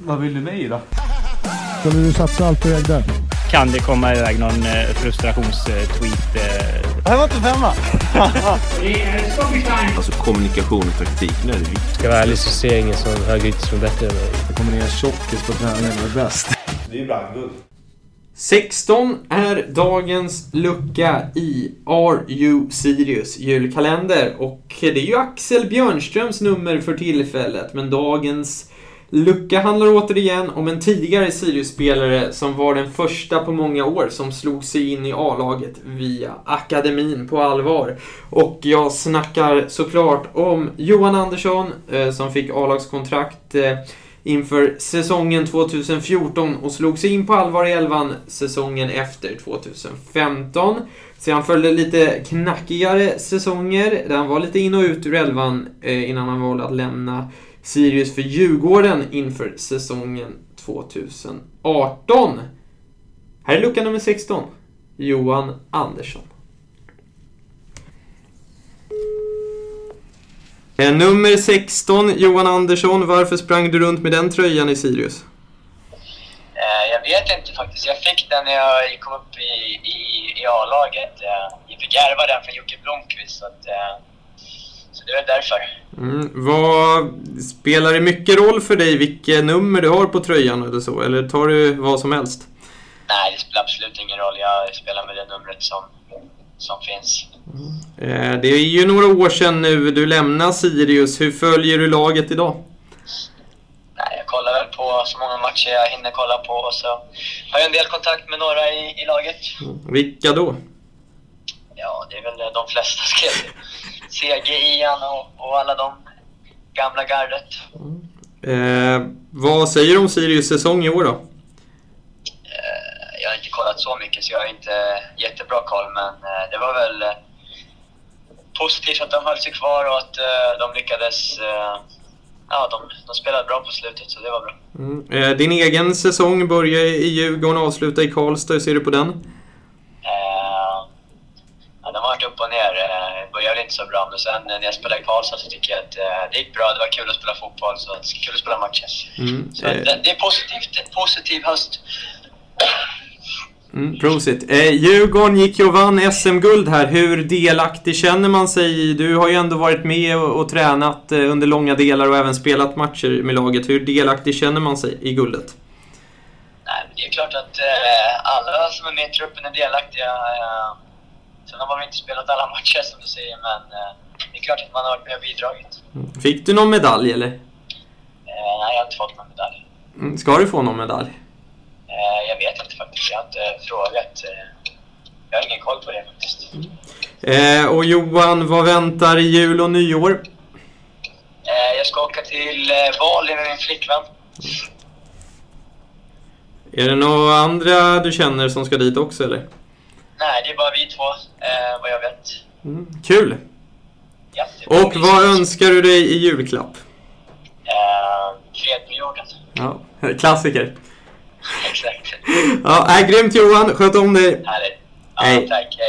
Vad vill du med i då? Skulle du satsa allt på ägg där? Kan det komma iväg någon frustrationstweet? Det här var inte femma. Alltså kommunikation och taktik, nu är det viktigt. Ska vara ärlig så ser jag ingen som högerytter som är bättre än mig. Det kommer ner tjockis på träningen och är bäst. Det är ju brandguld. 16 är dagens lucka i Are You Serious julkalender. Och det är ju Axel Björnströms nummer för tillfället. Men dagens lucka handlar återigen om en tidigare Sirius-spelare som var den första på många år som slog sig in i A-laget via akademin på allvar. Och jag snackar såklart om Johan Andersson som fick A-lagskontrakt inför säsongen 2014 och slog sig in på allvar i elvan säsongen efter 2015. Sedan följde lite knackigare säsonger där han var lite in och ut ur elvan innan han valde att lämna Sirius för Djurgården inför säsongen 2018. Här är lucka nummer 16. Johan Andersson. Nummer 16, Johan Andersson. Varför sprang du runt med den tröjan i Sirius? Jag vet inte faktiskt. Jag fick den när jag kom upp i A-laget. Jag fick ärva den från Jocke Blomqvist. Så det är därför. Vad spelar det mycket roll för dig vilket nummer du har på tröjan eller så? Eller tar du vad som helst? Nej, det spelar absolut ingen roll. Jag spelar med det numret som finns. Det är ju några år sedan nu du lämnar Sirius. Hur följer du laget idag? Nej, jag kollar väl på så många matcher jag hinner kolla på. Och så har jag en del kontakt med några i laget. Vilka då? Ja, det är väl de flesta ska jag säga. CG, Ian och alla de gamla gardet. Vad säger du om Sirius säsong i år då? Jag har inte kollat så mycket så jag har inte jättebra koll, men det var väl positivt att de höll sig kvar och att de lyckades. De spelade bra på slutet så det var bra. Din egen säsong börjar i Djurgården och avslutar i Karlstad. Hur ser du på den? Den har varit upp och ner. Det började inte så bra, men sen när jag spelade i Karlstad så tycker jag att det gick bra. Det var kul att spela fotboll, så det är kul att spela matcher. Så det är positivt. En positiv höst. Prosit. Djurgården gick ju och vann SM-guld här. Hur delaktig känner man sig? Du har ju ändå varit med och tränat under långa delar och även spelat matcher med laget. Hur delaktig känner man sig i guldet? Nej, men det är klart att alla som är med i truppen är delaktiga. Sen har man inte spelat alla matcher som du säger, men det är klart att man har varit med och bidragit. Fick du någon medalj eller? Nej, jag har inte fått någon medalj. Ska du få någon medalj? Jag vet inte faktiskt, jag har inte frågat. Jag har ingen koll på det faktiskt. Och Johan, vad väntar i jul och nyår? Jag ska åka till Bali med min flickvän. Är det några andra du känner som ska dit också eller? Nej, det är bara vi två, vad jag vet. Kul! Ja, och vad önskar du dig i julklapp? Fred på jorden. Ja, klassiker. Exakt. Ja, grymt Johan, sköt om dig. Härligt. Ja, Hej. tack.